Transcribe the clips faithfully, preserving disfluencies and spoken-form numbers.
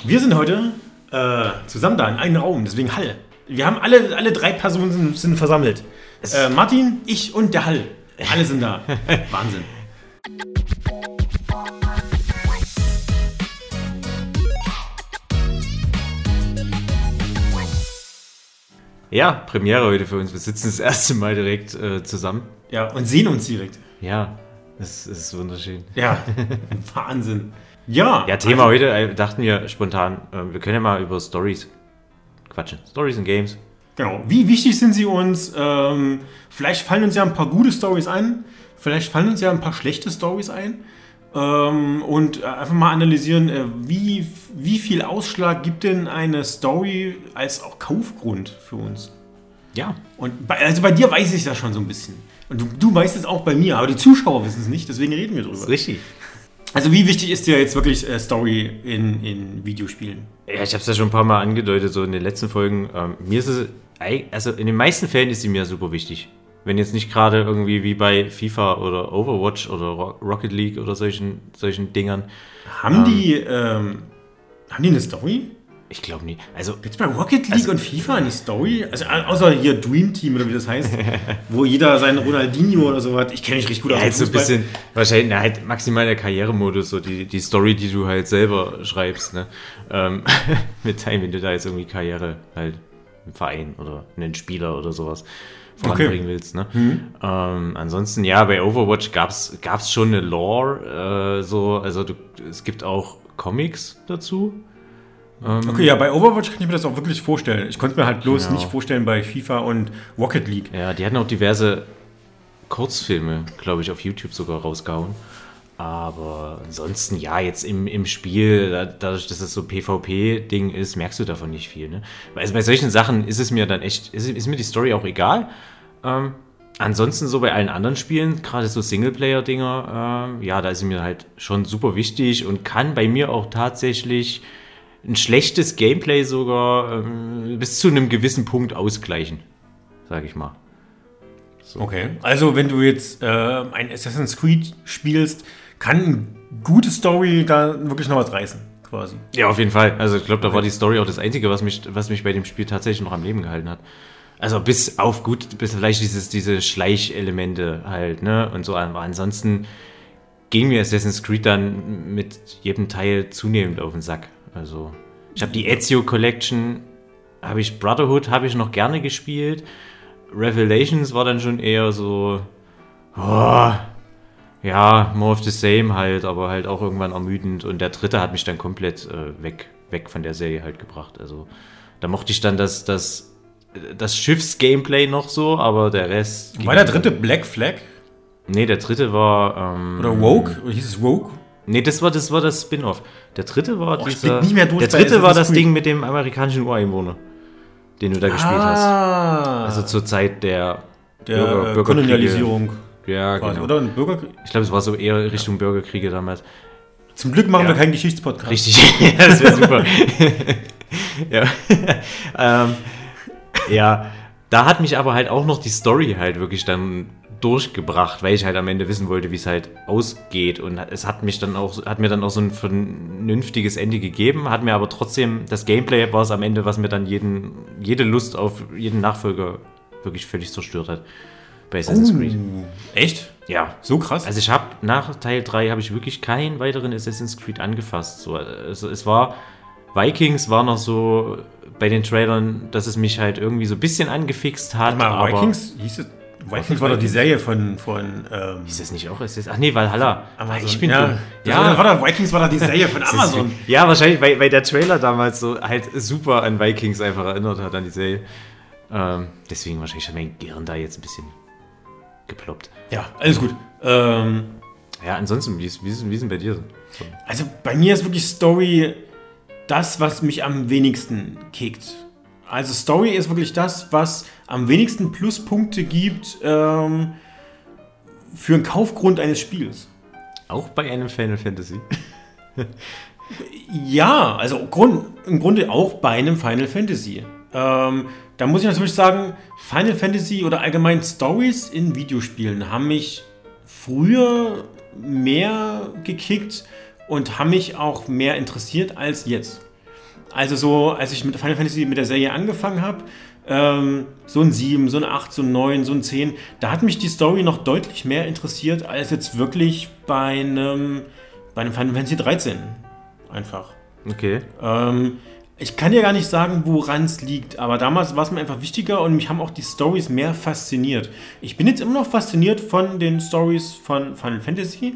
Wir sind heute äh, zusammen da in einem Raum, deswegen Hall. Wir haben alle, alle drei Personen sind, sind versammelt. Äh, Martin, ich und der Hall. Alle sind da. Wahnsinn. Ja, Premiere heute für uns. Wir sitzen das erste Mal direkt äh, zusammen. Ja, und sehen uns direkt. Ja, das, das ist wunderschön. Ja, Wahnsinn. Ja. Ja, Thema also, heute, äh, dachten wir spontan, äh, wir können ja mal über Stories quatschen. Stories und Games. Genau. Wie wichtig sind sie uns? Ähm, vielleicht fallen uns ja ein paar gute Stories ein. Vielleicht fallen uns ja ein paar schlechte Stories ein. Ähm, und einfach mal analysieren, äh, wie, wie viel Ausschlag gibt denn eine Story als auch Kaufgrund für uns? Ja. Und bei, also bei dir weiß ich das schon so ein bisschen. Und du, du weißt es auch bei mir, aber die Zuschauer wissen es nicht, deswegen reden wir drüber. Das ist richtig. Also wie wichtig ist dir jetzt wirklich äh, Story in, in Videospielen? Ja, ich habe es ja schon ein paar Mal angedeutet, so in den letzten Folgen. Ähm, mir ist es, also in den meisten Fällen ist sie mir super wichtig. Wenn jetzt nicht gerade irgendwie wie bei FIFA oder Overwatch oder Rocket League oder solchen, solchen Dingern. Haben ähm, die ähm, haben die eine Story? Ich glaube nie. Also gibt's bei Rocket League also, und FIFA eine Story? Also außer hier Dream Team oder wie das heißt, wo jeder seinen Ronaldinho oder so hat. Ich kenne mich richtig gut ja, aus. Halt so ein bisschen, wahrscheinlich, na, halt maximal der Karrieremodus, so die, die Story, die du halt selber schreibst, ne? Ähm, mit Time, wenn du da jetzt irgendwie Karriere halt im Verein oder einen Spieler oder sowas voranbringen okay. willst. Ne? Mhm. Ähm, ansonsten, ja, bei Overwatch gab's gab's schon eine Lore, äh, so, also du, es gibt auch Comics dazu. Ähm, okay, ja, bei Overwatch kann ich mir das auch wirklich vorstellen. Ich konnte mir halt bloß genau. nicht vorstellen bei FIFA und Rocket League. Ja, die hatten auch diverse Kurzfilme, glaube ich, auf YouTube sogar rausgehauen. Aber ansonsten, ja, jetzt im, im Spiel, dadurch, dass es so PvP-Ding ist, merkst du davon nicht viel. Ne? Also bei solchen Sachen ist es mir dann echt, ist, ist mir die Story auch egal. Ähm, ansonsten so bei allen anderen Spielen, gerade so Singleplayer-Dinger, ähm, ja, da ist es mir halt schon super wichtig und kann bei mir auch tatsächlich ein schlechtes Gameplay sogar ähm, bis zu einem gewissen Punkt ausgleichen, sage ich mal. So. Okay, also wenn du jetzt äh, ein Assassin's Creed spielst, kann eine gute Story da wirklich noch was reißen, quasi. Ja, auf jeden Fall. Also ich glaube, da okay. war die Story auch das Einzige, was mich, was mich bei dem Spiel tatsächlich noch am Leben gehalten hat. Also bis auf gut, bis vielleicht dieses, diese Schleichelemente halt, ne? Und so. Aber ansonsten ging mir Assassin's Creed dann mit jedem Teil zunehmend auf den Sack. Also ich habe die Ezio Collection, habe ich Brotherhood, habe ich noch gerne gespielt. Revelations war dann schon eher so, oh, ja, more of the same halt, aber halt auch irgendwann ermüdend. Und der dritte hat mich dann komplett äh, weg, weg von der Serie halt gebracht. Also da mochte ich dann das, das, das Schiffs-Gameplay noch so, aber der Rest... War der dritte Black Flag? Nee, der dritte war... Ähm, Oder Rogue? Oder hieß es Rogue? Nee, das war das, war das Spin-Off. Der dritte war oh, dieser... Nicht mehr durch der dritte war das Creed. Ding mit dem amerikanischen Ureinwohner, den du da gespielt ah. hast. Also zur Zeit der, der Bürger, äh, Kolonialisierung. Ja, quasi, genau. Oder ein Bürgerkrieg? Ich glaube, es war so eher Richtung ja. Bürgerkriege damals. Zum Glück machen ja. wir keinen Geschichtspodcast. Richtig, ja, das wäre super. ja. ähm, ja, da hat mich aber halt auch noch die Story halt wirklich dann durchgebracht, weil ich halt am Ende wissen wollte, wie es halt ausgeht. Und es hat mich dann auch, hat mir dann auch so ein vernünftiges Ende gegeben, hat mir aber trotzdem, das Gameplay war es am Ende, was mir dann jeden, jede Lust auf jeden Nachfolger wirklich völlig zerstört hat. Bei Assassin's oh, Creed. Echt? Ja. So krass? Also ich habe nach Teil drei habe ich wirklich keinen weiteren Assassin's Creed angefasst. So, also es war, Vikings war noch so bei den Trailern, dass es mich halt irgendwie so ein bisschen angefixt hat. Mal, aber Vikings? Hieß es? Vikings war doch die Serie von... von ähm Hieß das nicht auch? Ist das, ach nee, Valhalla. Amazon. Ich bin ja, dumm. Ja, war doch, Vikings war doch die Serie von Amazon. Ja, wahrscheinlich, weil, weil der Trailer damals so halt super an Vikings einfach erinnert hat, an die Serie. Ähm, deswegen wahrscheinlich hat mein Gehirn da jetzt ein bisschen geploppt. Ja, alles gut. Ähm, ja, ansonsten, wie ist, wie ist, wie ist denn bei dir so? Also bei mir ist wirklich Story das, was mich am wenigsten kickt. Also Story ist wirklich das, was am wenigsten Pluspunkte gibt ähm, für einen Kaufgrund eines Spiels. Auch bei einem Final Fantasy? Ja, also Grund, im Grunde auch bei einem Final Fantasy. Ähm, da muss ich natürlich sagen, Final Fantasy oder allgemein Stories in Videospielen haben mich früher mehr gekickt und haben mich auch mehr interessiert als jetzt. Also so, als ich mit Final Fantasy mit der Serie angefangen habe, ähm, so ein sieben, so ein acht, so ein neun, so ein zehn, da hat mich die Story noch deutlich mehr interessiert, als jetzt wirklich bei einem, bei einem Final Fantasy dreizehn. Einfach. Okay. Ähm, ich kann dir gar nicht sagen, woran es liegt, aber damals war es mir einfach wichtiger und mich haben auch die Storys mehr fasziniert. Ich bin jetzt immer noch fasziniert von den Storys von Final Fantasy,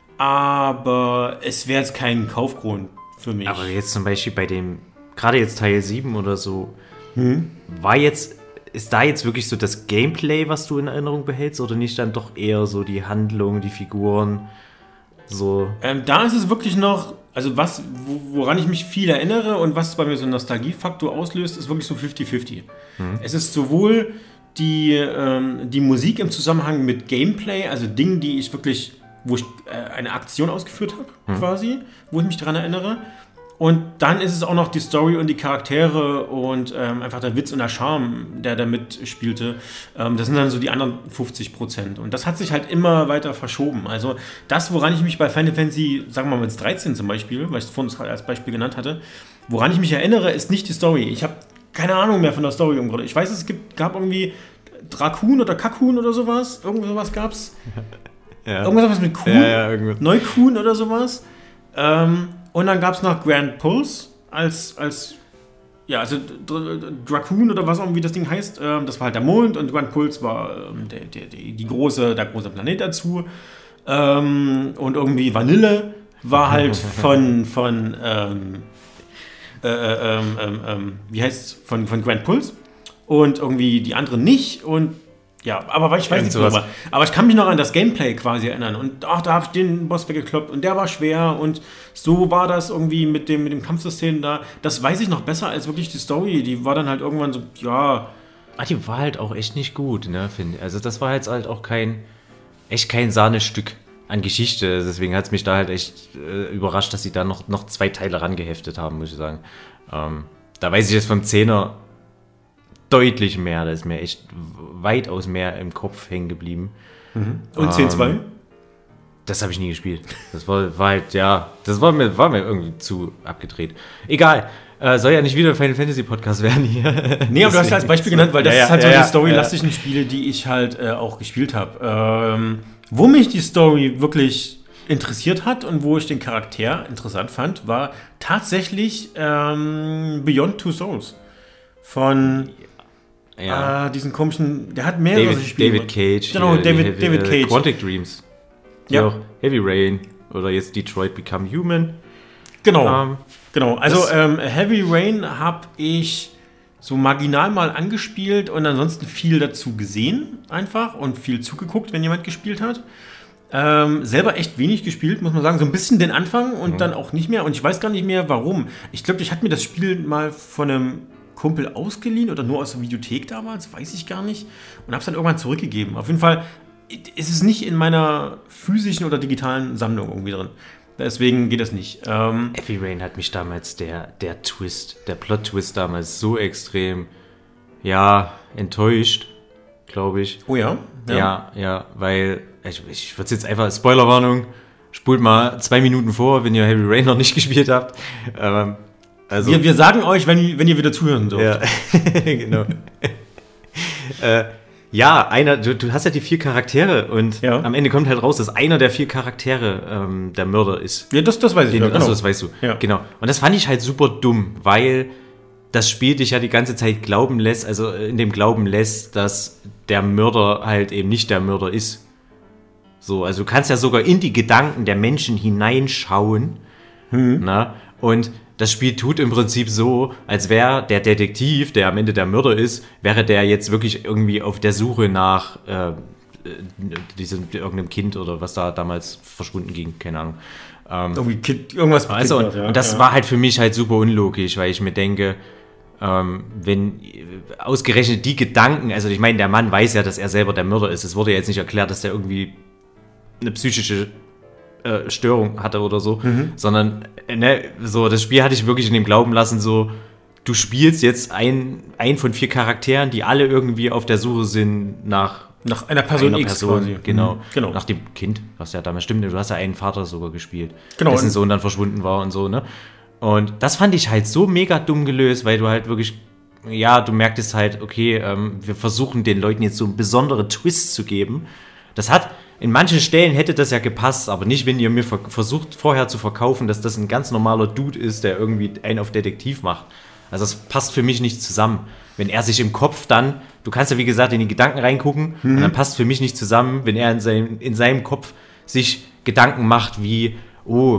aber es wäre jetzt kein Kaufgrund für mich. Aber jetzt zum Beispiel bei dem, gerade jetzt Teil sieben oder so, Hm? war jetzt, ist da jetzt wirklich so das Gameplay, was du in Erinnerung behältst, oder nicht dann doch eher so die Handlung, die Figuren, so? Ähm, da ist es wirklich noch, also was, wo- woran ich mich viel erinnere und was bei mir so einen Nostalgiefaktor auslöst, ist wirklich so fünfzig fünfzig. Es ist sowohl die, ähm, die Musik im Zusammenhang mit Gameplay, also Dingen, die ich wirklich, wo ich äh, eine Aktion ausgeführt habe, quasi, wo ich mich daran erinnere. Und dann ist es auch noch die Story und die Charaktere und ähm, einfach der Witz und der Charme, der da mitspielte. Ähm, das sind dann so die anderen fünfzig Prozent. Und das hat sich halt immer weiter verschoben. Also das, woran ich mich bei Final Fantasy, sagen wir mal jetzt dreizehn zum Beispiel, weil ich es vorhin gerade als Beispiel genannt hatte, woran ich mich erinnere, ist nicht die Story. Ich habe keine Ahnung mehr von der Story im Grunde. Ich weiß, es gibt, gab irgendwie Drakun oder Kakun oder sowas. Irgend sowas gab's. Ja. Irgendwas was mit Kuhn. Ja, ja, irgendwas. Neukuhn oder sowas. Ähm, und dann gab es noch Grand Pulse als, als ja, also Dr- Dracoon oder was auch immer, wie das Ding heißt. Ähm, das war halt der Mond und Grand Pulse war ähm, der, der, der, die große, der große Planet dazu. Ähm, und irgendwie Vanille war halt von, von ähm, äh, äh, ähm, ähm, ähm, wie heißt von, von Grand Pulse. Und irgendwie die anderen nicht. Und ja, aber ich weiß Irgend nicht sowas. mehr. Aber ich kann mich noch an das Gameplay quasi erinnern. Und ach, da habe ich den Boss weggekloppt und der war schwer. Und so war das irgendwie mit dem, mit dem Kampfsystem da. Das weiß ich noch besser als wirklich die Story. Die war dann halt irgendwann so, ja. Ah, die war halt auch echt nicht gut, ne, finde ich. Also das war jetzt halt auch kein, echt kein Sahnestück an Geschichte. Deswegen hat es mich da halt echt äh, überrascht, dass sie da noch, noch zwei Teile rangeheftet haben, muss ich sagen. Ähm, da weiß ich jetzt vom Zehner deutlich mehr. Da ist mir echt weitaus mehr im Kopf hängen geblieben. Und zehn zwei? Ähm, Das habe ich nie gespielt. Das war, war halt, ja, das war mir, war mir irgendwie zu abgedreht. Egal. Äh, soll ja nicht wieder ein Final Fantasy Podcast werden hier. Nee, aber du hast ja als Beispiel genannt, weil das Ja, ja, ist halt ja, so ja, die storylastigen Spiele, die ich halt äh, auch gespielt habe. Ähm, wo mich die Story wirklich interessiert hat und wo ich den Charakter interessant fand, war tatsächlich ähm, Beyond Two Souls. Von ja. äh, diesen komischen, der hat mehrere David, Spiele. David Cage. Genau, hier, David, Heavy, David äh, Cage. Quantic Dreams. Ja. Ja. Auch Heavy Rain oder jetzt Detroit Become Human. Genau, Ähm, genau. Also das- ähm, Heavy Rain habe ich so marginal mal angespielt und ansonsten viel dazu gesehen einfach und viel zugeguckt, wenn jemand gespielt hat. Ähm, selber echt wenig gespielt, muss man sagen. So ein bisschen den Anfang und Mhm. dann auch nicht mehr. Und ich weiß gar nicht mehr, warum. Ich glaube, ich hatte mir das Spiel mal von einem Kumpel ausgeliehen oder nur aus der Videothek damals, weiß ich gar nicht. Und habe es dann irgendwann zurückgegeben. Auf jeden Fall ist es nicht in meiner physischen oder digitalen Sammlung irgendwie drin. Deswegen geht das nicht. Ähm, Heavy Rain hat mich damals, der, der Twist, der Plot-Twist damals so extrem, ja, enttäuscht, glaube ich. oh ja? Ja, ja, weil, ich, ich würde jetzt einfach, Spoilerwarnung, spult mal zwei Minuten vor, wenn ihr Heavy Rain noch nicht gespielt habt. Ähm, also, Wir, wir sagen euch, wenn, wenn ihr wieder zuhören dürft. ja, genau. äh, ja, einer, du, du hast ja die vier Charaktere und Ja. am Ende kommt halt raus, dass einer der vier Charaktere ähm, der Mörder ist. Ja, das, das weiß ich. Den, ja, Achso, das weißt du. Ja. Genau. Und das fand ich halt super dumm, weil das Spiel dich ja die ganze Zeit glauben lässt, also in dem Glauben lässt, dass der Mörder halt eben nicht der Mörder ist. So, also du kannst ja sogar in die Gedanken der Menschen hineinschauen. Na? Und das Spiel tut im Prinzip so, als wäre der Detektiv, der am Ende der Mörder ist, wäre der jetzt wirklich irgendwie auf der Suche nach äh, diesem, irgendeinem Kind oder was da damals verschwunden ging, keine Ahnung. Irgendwie Kind, irgendwas mit Also, Kind, und, ja, und das ja. war halt für mich halt super unlogisch, weil ich mir denke, ähm, wenn äh, ausgerechnet die Gedanken, also ich meine, der Mann weiß ja, dass er selber der Mörder ist. Es wurde jetzt nicht erklärt, dass der irgendwie eine psychische äh, Störung hatte oder so, Mhm. sondern äh, ne, so das Spiel hatte ich wirklich in dem Glauben lassen, so du spielst jetzt ein, ein von vier Charakteren, die alle irgendwie auf der Suche sind nach Nach einer Person einer X Person, quasi. genau. Mhm. Genau. Nach dem Kind, was ja damals stimmt. Du hast ja einen Vater sogar gespielt, Genau. dessen Und- Sohn dann verschwunden war und so, ne? Und das fand ich halt so mega dumm gelöst, weil du halt wirklich, ja, du merktest halt, okay, ähm, wir versuchen den Leuten jetzt so einen besonderen Twist zu geben. Das hat, in manchen Stellen hätte das ja gepasst, aber nicht, wenn ihr mir ver- versucht vorher zu verkaufen, dass das ein ganz normaler Dude ist, der irgendwie einen auf Detektiv macht. Also das passt für mich nicht zusammen. Wenn er sich im Kopf dann, du kannst ja wie gesagt in die Gedanken reingucken, mhm. und dann passt für mich nicht zusammen, wenn er in seinem, in seinem Kopf sich Gedanken macht wie, oh,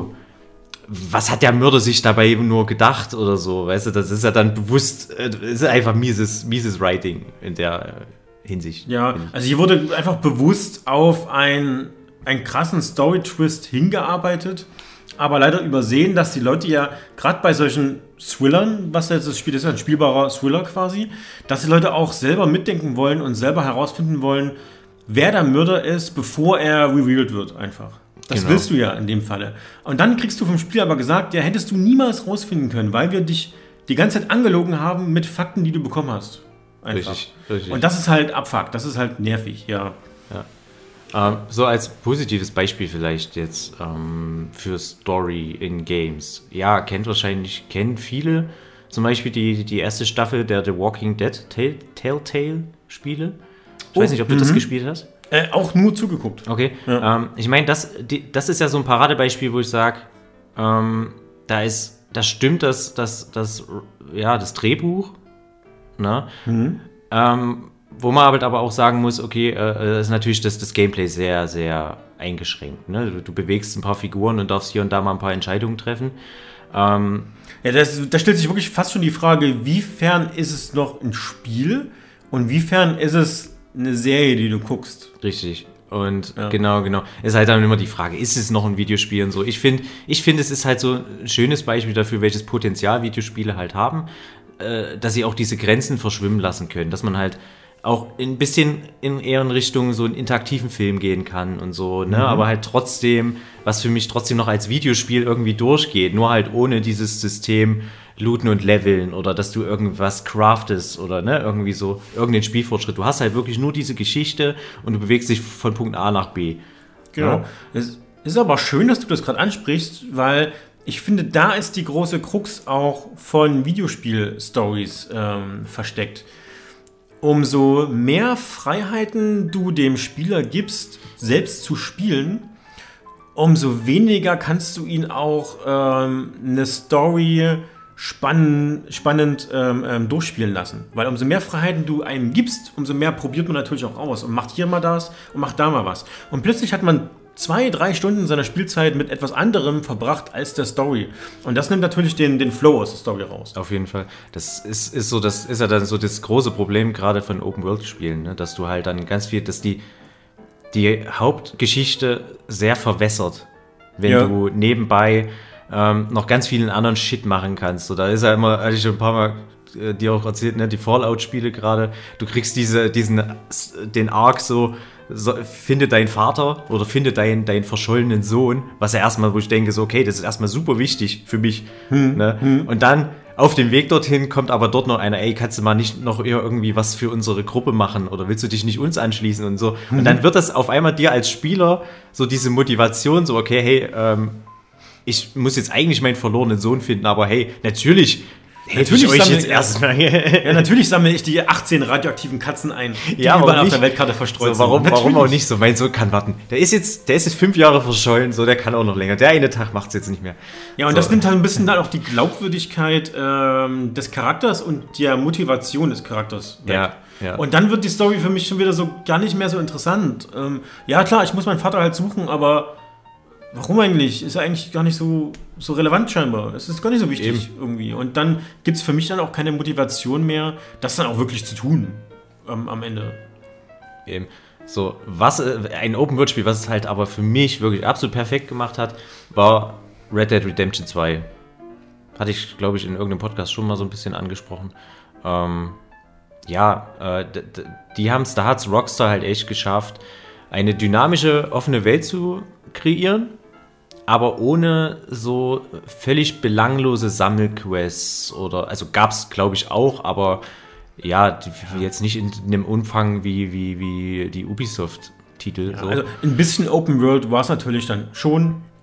was hat der Mörder sich dabei nur gedacht oder so, weißt du, das ist ja dann bewusst, das ist einfach mieses, mieses Writing in der Hinsicht. Ja, also hier wurde einfach bewusst auf ein, einen krassen Story-Twist hingearbeitet, aber leider übersehen, dass die Leute ja gerade bei solchen Thrillern, was jetzt das Spiel ist, ein spielbarer Thriller quasi, dass die Leute auch selber mitdenken wollen und selber herausfinden wollen, wer der Mörder ist, bevor er revealed wird einfach. Das genau. willst du ja in dem Falle. Und dann kriegst du vom Spiel aber gesagt, ja, hättest du niemals rausfinden können, weil wir dich die ganze Zeit angelogen haben mit Fakten, die du bekommen hast. Einfach. Richtig, richtig. Und das ist halt Abfuck, das ist halt nervig, ja. ja. Ähm, so als positives Beispiel vielleicht jetzt ähm, für Story in Games. Ja, kennt wahrscheinlich, kennen viele zum Beispiel die, die erste Staffel der The Walking Dead Telltale-Spiele. Ich oh, weiß nicht, ob du m-hmm. das gespielt hast. Äh, auch nur zugeguckt. Okay. Ja. Ähm, ich meine, das, das ist ja so ein Paradebeispiel, wo ich sage, ähm, da ist, da stimmt das, das, das, ja, das Drehbuch, ne? Mhm. Ähm, wo man halt aber auch sagen muss, okay, äh, ist natürlich das, das Gameplay sehr, sehr eingeschränkt. Ne? Du, du bewegst ein paar Figuren und darfst hier und da mal ein paar Entscheidungen treffen. Ähm, ja, das, da stellt sich wirklich fast schon die Frage, wiefern ist es noch ein Spiel und wiefern ist es eine Serie, die du guckst. Richtig. Und ja. genau, genau. Es ist halt dann immer die Frage, ist es noch ein Videospiel und so. Ich finde, ich find, es ist halt so ein schönes Beispiel dafür, welches Potenzial Videospiele halt haben, äh, dass sie auch diese Grenzen verschwimmen lassen können. Dass man halt auch ein bisschen in eher in Richtung so einen interaktiven Film gehen kann und so, ne? Mhm. Aber halt trotzdem, was für mich trotzdem noch als Videospiel irgendwie durchgeht, nur halt ohne dieses System looten und leveln oder dass du irgendwas craftest oder ne, irgendwie so, irgendeinen Spielfortschritt. Du hast halt wirklich nur diese Geschichte und du bewegst dich von Punkt A nach B. Genau. Ja? Es ist aber schön, dass du das gerade ansprichst, weil ich finde, da ist die große Krux auch von Videospiel-Stories ähm, versteckt. Umso mehr Freiheiten du dem Spieler gibst, selbst zu spielen, umso weniger kannst du ihn auch ähm, eine Story spannend, spannend ähm, ähm, durchspielen lassen. Weil umso mehr Freiheiten du einem gibst, umso mehr probiert man natürlich auch aus und macht hier mal das und macht da mal was. Und plötzlich hat man zwei, drei Stunden seiner Spielzeit mit etwas anderem verbracht als der Story. Und das nimmt natürlich den, den Flow aus der Story raus. Auf jeden Fall. Das ist, ist so, das ist ja dann so das große Problem gerade von Open-World-Spielen, ne? Dass du halt dann ganz viel, dass die, die Hauptgeschichte sehr verwässert, wenn ja. du nebenbei ähm, noch ganz vielen anderen Shit machen kannst. So, da ist ja immer, hatte ich schon ein paar Mal äh, dir auch erzählt, ne, die Fallout-Spiele gerade, du kriegst diese, diesen, den Arc so, so, finde deinen Vater oder finde deinen, deinen verschollenen Sohn, was ja erstmal, wo ich denke, so, okay, das ist erstmal super wichtig für mich. Hm, ne? hm. Und dann auf dem Weg dorthin kommt aber dort noch einer, ey, kannst du mal nicht noch eher irgendwie was für unsere Gruppe machen oder willst du dich nicht uns anschließen und so. Hm. Und dann wird das auf einmal dir als Spieler so diese Motivation, so, okay, hey, ähm, ich muss jetzt eigentlich meinen verlorenen Sohn finden, aber hey, natürlich helfe ich euch jetzt erstmal. Ja, natürlich sammle ich die achtzehn radioaktiven Katzen ein, die ja, überall auf der Weltkarte verstreut so, warum, sind. Warum auch nicht so? Mein Sohn kann warten. Der ist jetzt, der ist jetzt fünf Jahre verschollen, so, der kann auch noch länger. Der eine Tag macht es jetzt nicht mehr. Ja, und so. Das nimmt halt ein bisschen dann auch die Glaubwürdigkeit ähm, des Charakters und der Motivation des Charakters weg. Ja, ja. Und dann wird die Story für mich schon wieder so gar nicht mehr so interessant. Ähm, ja, klar, ich muss meinen Vater halt suchen, aber warum eigentlich? Ist ja eigentlich gar nicht so, so relevant scheinbar. Es ist gar nicht so wichtig Eben. irgendwie. Und dann gibt es für mich dann auch keine Motivation mehr, das dann auch wirklich zu tun ähm, am Ende. Eben. So, was ein Open-World-Spiel, was es halt aber für mich wirklich absolut perfekt gemacht hat, war Red Dead Redemption zwei. Hatte ich, glaube ich, in irgendeinem Podcast schon mal so ein bisschen angesprochen. Ähm, ja, äh, d- d- die haben es, da hat es Rockstar halt echt geschafft, eine dynamische, offene Welt zu kreieren, aber ohne so völlig belanglose Sammelquests oder, also gab es, glaube ich, auch, aber ja, die, jetzt nicht in einem Umfang wie, wie, wie die Ubisoft-Titel. Ja, so. Also ein bisschen Open World war es natürlich dann schon,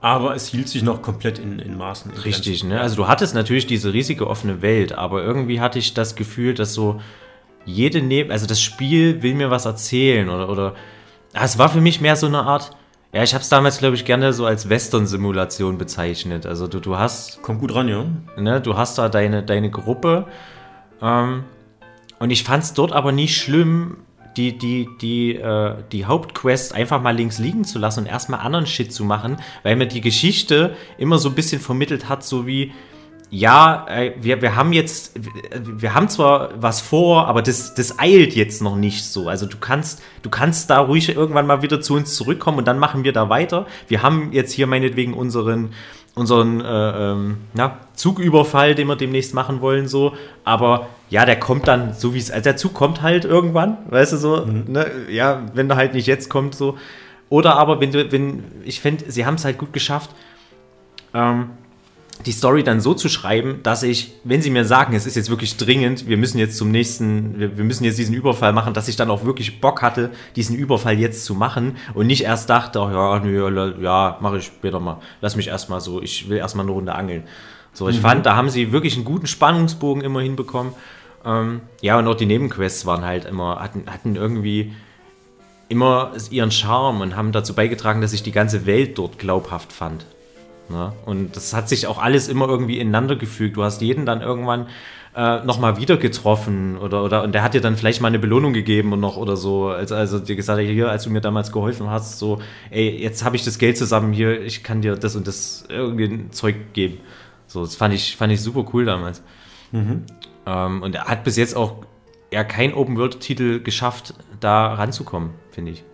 aber es hielt sich noch komplett in, in Maßen. In Richtig, Grenzen. ne? Also du hattest natürlich diese riesige offene Welt, aber irgendwie hatte ich das Gefühl, dass so jede Neben... Also das Spiel will mir was erzählen oder... oder es war für mich mehr so eine Art... Ja, ich habe es damals, glaube ich, gerne so als Western-Simulation bezeichnet. Also du, du hast... Kommt gut ran, ja. Ne, du hast da deine, deine Gruppe ähm, und ich fand es dort aber nicht schlimm, die, die, die, äh, die Hauptquest einfach mal links liegen zu lassen und erstmal anderen Shit zu machen, weil mir die Geschichte immer so ein bisschen vermittelt hat, so wie, ja, äh, wir, wir haben jetzt, wir haben zwar was vor, aber das, das eilt jetzt noch nicht so. Also du kannst, du kannst da ruhig irgendwann mal wieder zu uns zurückkommen und dann machen wir da weiter. Wir haben jetzt hier meinetwegen unseren unseren äh, ähm, na, Zugüberfall, den wir demnächst machen wollen, so, aber ja, der kommt dann, so wie es, also der Zug kommt halt irgendwann, weißt du, so, mhm. ne, ja, wenn der halt nicht jetzt kommt, so, oder aber, wenn du, wenn, ich finde, sie haben es halt gut geschafft, ähm, die Story dann so zu schreiben, dass ich, wenn sie mir sagen, es ist jetzt wirklich dringend, wir müssen jetzt zum nächsten, wir, wir müssen jetzt diesen Überfall machen, dass ich dann auch wirklich Bock hatte, diesen Überfall jetzt zu machen und nicht erst dachte, oh, ja, nö, ja, mache ich später mal, lass mich erstmal so, ich will erstmal eine Runde angeln. So, ich mhm. fand, da haben sie wirklich einen guten Spannungsbogen immer hinbekommen. Ähm, ja, und auch die Nebenquests waren halt immer, hatten, hatten irgendwie immer ihren Charme und haben dazu beigetragen, dass ich die ganze Welt dort glaubhaft fand. Ja, und das hat sich auch alles immer irgendwie ineinander gefügt. Du hast jeden dann irgendwann äh, nochmal wieder getroffen oder, oder und der hat dir dann vielleicht mal eine Belohnung gegeben und noch oder so. Also, also dir gesagt, hier, als du mir damals geholfen hast, so, ey, jetzt habe ich das Geld zusammen hier, ich kann dir das und das irgendwie ein Zeug geben. So, das fand ich, fand ich super cool damals. Mhm. Ähm, und er hat bis jetzt auch ja kein Open-World-Titel geschafft, da ranzukommen, finde ich.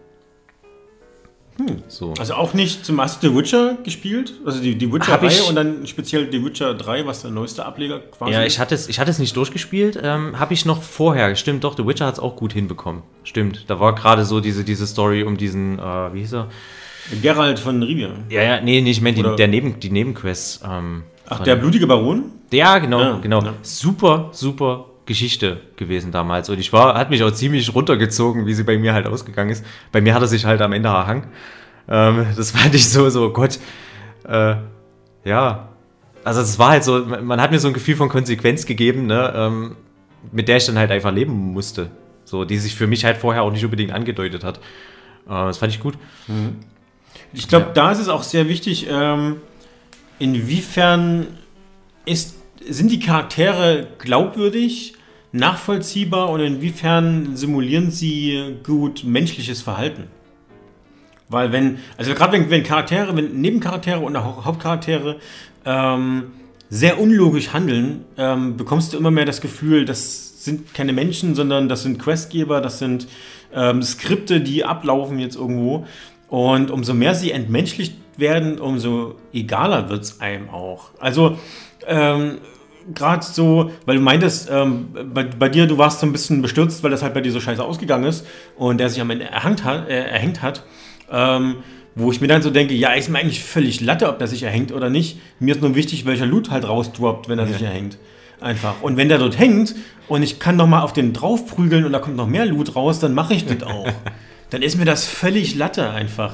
Hm. So. Also auch nicht zum hast du The Witcher gespielt? Also die, die Witcher-Reihe und dann speziell The Witcher drei, was der neueste Ableger quasi Ja, ist? ich hatte es, ich hatte es nicht durchgespielt, ähm, habe ich noch vorher. Stimmt, doch, The Witcher hat es auch gut hinbekommen. Stimmt, da war gerade so diese, diese Story um diesen, äh, wie hieß er? Geralt von Rivia. Ja, ja, nee, nicht mehr, die, der Neben, die Nebenquests. Ähm, Ach, der blutige Baron? Ja, genau, ja, genau. Ja. Super, super Geschichte gewesen damals. Und ich war, hat mich auch ziemlich runtergezogen, wie sie bei mir halt ausgegangen ist. Bei mir hat er sich halt am Ende erhangen. Ähm, das fand ich so, so, Gott, äh, ja. Also es war halt so, man hat mir so ein Gefühl von Konsequenz gegeben, ne, ähm, mit der ich dann halt einfach leben musste. So, die sich für mich halt vorher auch nicht unbedingt angedeutet hat. Äh, das fand ich gut. Mhm. Ich glaube, ja. Da ist es auch sehr wichtig, ähm, inwiefern ist, sind die Charaktere glaubwürdig, nachvollziehbar und inwiefern simulieren sie gut menschliches Verhalten? Weil wenn, also gerade wenn, wenn Charaktere, wenn Nebencharaktere und auch Hauptcharaktere ähm, sehr unlogisch handeln, ähm, bekommst du immer mehr das Gefühl, das sind keine Menschen, sondern das sind Questgeber, das sind ähm, Skripte, die ablaufen jetzt irgendwo. Und umso mehr sie entmenschlicht werden, umso egaler wird es einem auch. Also ähm, gerade so, weil du meintest, ähm, bei, bei dir, du warst so ein bisschen bestürzt, weil das halt bei dir so scheiße ausgegangen ist und der sich am Ende erhängt hat, äh, erhängt hat ähm, wo ich mir dann so denke, ja, ist mir eigentlich völlig Latte, ob der sich erhängt oder nicht. Mir ist nur wichtig, welcher Loot halt rausdroppt, wenn er ja. sich erhängt. Einfach. Und wenn der dort hängt und ich kann noch mal auf den drauf prügeln und da kommt noch mehr Loot raus, dann mache ich das auch. Dann ist mir das völlig Latte einfach.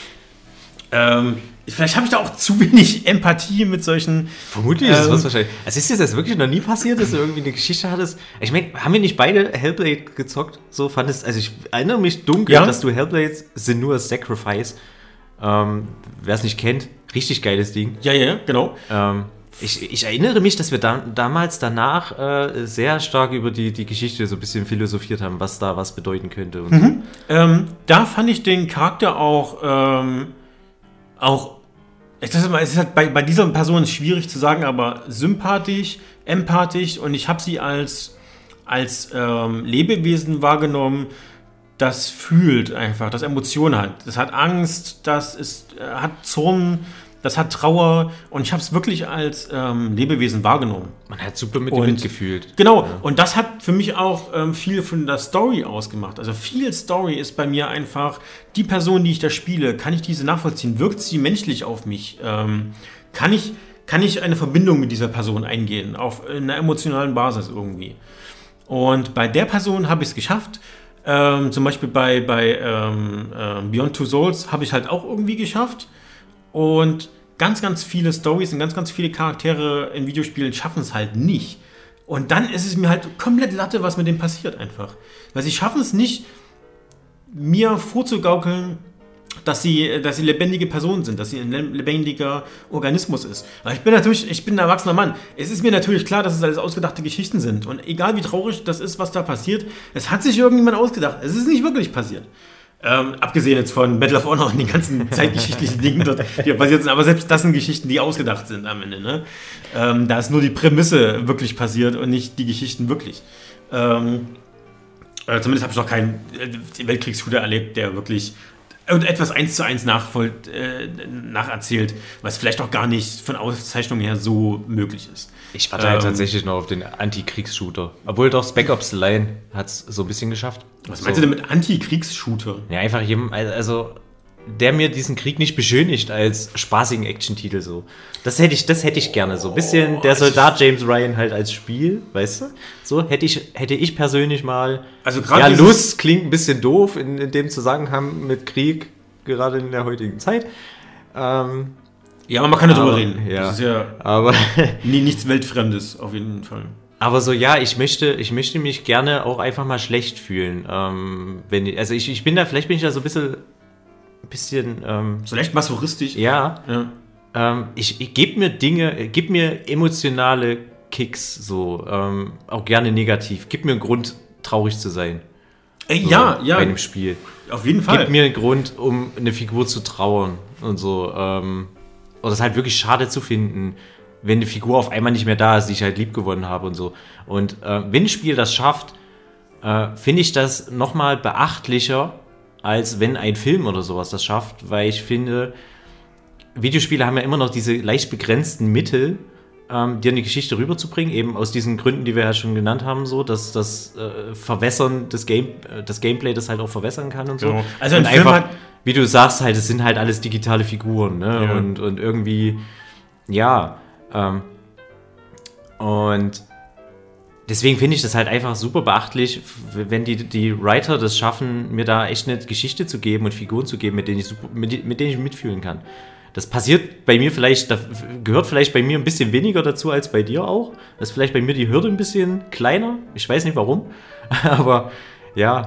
Ähm, vielleicht habe ich da auch zu wenig Empathie mit solchen... Vermutlich ist ähm, das wahrscheinlich. Also ist dir das wirklich noch nie passiert, dass du irgendwie eine Geschichte hattest? Ich meine, haben wir nicht beide Hellblade gezockt? So fandest, also ich erinnere mich dunkel, ja? dass du Hellblade Senua's Sacrifice, ähm, wer es nicht kennt, richtig geiles Ding. Ja, ja, genau. Ähm, ich, ich erinnere mich, dass wir da, damals danach äh, sehr stark über die, die Geschichte so ein bisschen philosophiert haben, was da was bedeuten könnte. Und mhm. so. ähm, da fand ich den Charakter auch... Ähm, auch, es ist, es ist halt bei, bei dieser Person schwierig zu sagen, aber sympathisch, empathisch und ich habe sie als, als ähm, Lebewesen wahrgenommen, das fühlt einfach, das Emotionen hat. Das hat Angst, das ist, äh, hat Zorn, das hat Trauer und ich habe es wirklich als ähm, Lebewesen wahrgenommen. Man hat super mit ihm mitgefühlt. Genau, ja. Und das hat für mich auch ähm, viel von der Story ausgemacht. Also viel Story ist bei mir einfach, die Person, die ich da spiele, kann ich diese nachvollziehen? Wirkt sie menschlich auf mich? Ähm, kann ich, kann ich eine Verbindung mit dieser Person eingehen, auf einer emotionalen Basis irgendwie? Und bei der Person habe ich es geschafft. Ähm, zum Beispiel bei, bei ähm, äh, Beyond Two Souls habe ich halt auch irgendwie geschafft. Und ganz, ganz viele Storys und ganz, ganz viele Charaktere in Videospielen schaffen es halt nicht. Und dann ist es mir halt komplett Latte, was mit dem passiert einfach. Weil sie schaffen es nicht, mir vorzugaukeln, dass sie, dass sie lebendige Personen sind, dass sie ein lebendiger Organismus ist. Aber ich bin natürlich, ich bin ein erwachsener Mann. Es ist mir natürlich klar, dass es alles ausgedachte Geschichten sind. Und egal wie traurig das ist, was da passiert, es hat sich irgendjemand ausgedacht. Es ist nicht wirklich passiert. Ähm, abgesehen jetzt von Medal of Honor und den ganzen zeitgeschichtlichen Dingen dort, die passiert sind. Aber selbst das sind Geschichten, die ausgedacht sind am Ende. Ne? Ähm, da ist nur die Prämisse wirklich passiert und nicht die Geschichten wirklich. Ähm, äh, zumindest habe ich noch keinen äh, Weltkriegsshooter erlebt, der wirklich und etwas eins zu eins nachvoll, äh, nacherzählt, was vielleicht auch gar nicht von Auszeichnung her so möglich ist. Ich warte ähm, halt tatsächlich noch auf den Anti-Kriegs-Shooter. Obwohl doch Spec Ops The Line hat es so ein bisschen geschafft. Was meinst so. du denn mit Anti-Kriegs-Shooter? Ja, einfach jemand, also der mir diesen Krieg nicht beschönigt als spaßigen Action-Titel so. Das hätte ich, das hätte ich gerne so. Ein bisschen oh, der Soldat James Ryan halt als Spiel, weißt du? So hätte ich, hätte ich persönlich mal. Also gerade ja, Lust klingt ein bisschen doof in, in dem Zusammenhang mit Krieg, gerade in der heutigen Zeit. Ähm, ja, aber man kann darüber reden. Ja, das ist ja aber nie, nichts Weltfremdes auf jeden Fall. Aber so, ja, ich möchte, ich möchte mich gerne auch einfach mal schlecht fühlen. Ähm, wenn ich, also ich, ich bin da, vielleicht bin ich da so ein bisschen bisschen ähm, so leicht masochistisch. Ja. ja. Ähm, ich ich gebe mir Dinge, gib mir emotionale Kicks, so ähm, auch gerne negativ. Gib mir einen Grund, traurig zu sein. Ey, so, ja, ja. Bei einem Spiel. Auf jeden Fall. Gib mir einen Grund, um eine Figur zu trauern und so. Ähm, oder es halt wirklich schade zu finden, wenn eine Figur auf einmal nicht mehr da ist, die ich halt lieb gewonnen habe und so. Und äh, wenn ein Spiel das schafft, äh, finde ich das nochmal beachtlicher, als wenn ein Film oder sowas das schafft, weil ich finde, Videospiele haben ja immer noch diese leicht begrenzten Mittel, ähm, dir eine Geschichte rüberzubringen, eben aus diesen Gründen, die wir ja schon genannt haben, so, dass das äh, Verwässern des Game, äh, das Gameplay das halt auch verwässern kann und so. Genau. Also und ein Film einfach, hat wie du sagst, halt, es sind halt alles digitale Figuren, ne? Ja. Und, und irgendwie, ja, ähm, und deswegen finde ich das halt einfach super beachtlich, wenn die, die Writer das schaffen, mir da echt eine Geschichte zu geben und Figuren zu geben, mit denen ich, super, mit, mit denen ich mitfühlen kann. Das passiert bei mir vielleicht, da gehört vielleicht bei mir ein bisschen weniger dazu als bei dir auch. Das ist vielleicht bei mir die Hürde ein bisschen kleiner. Ich weiß nicht warum, aber ja.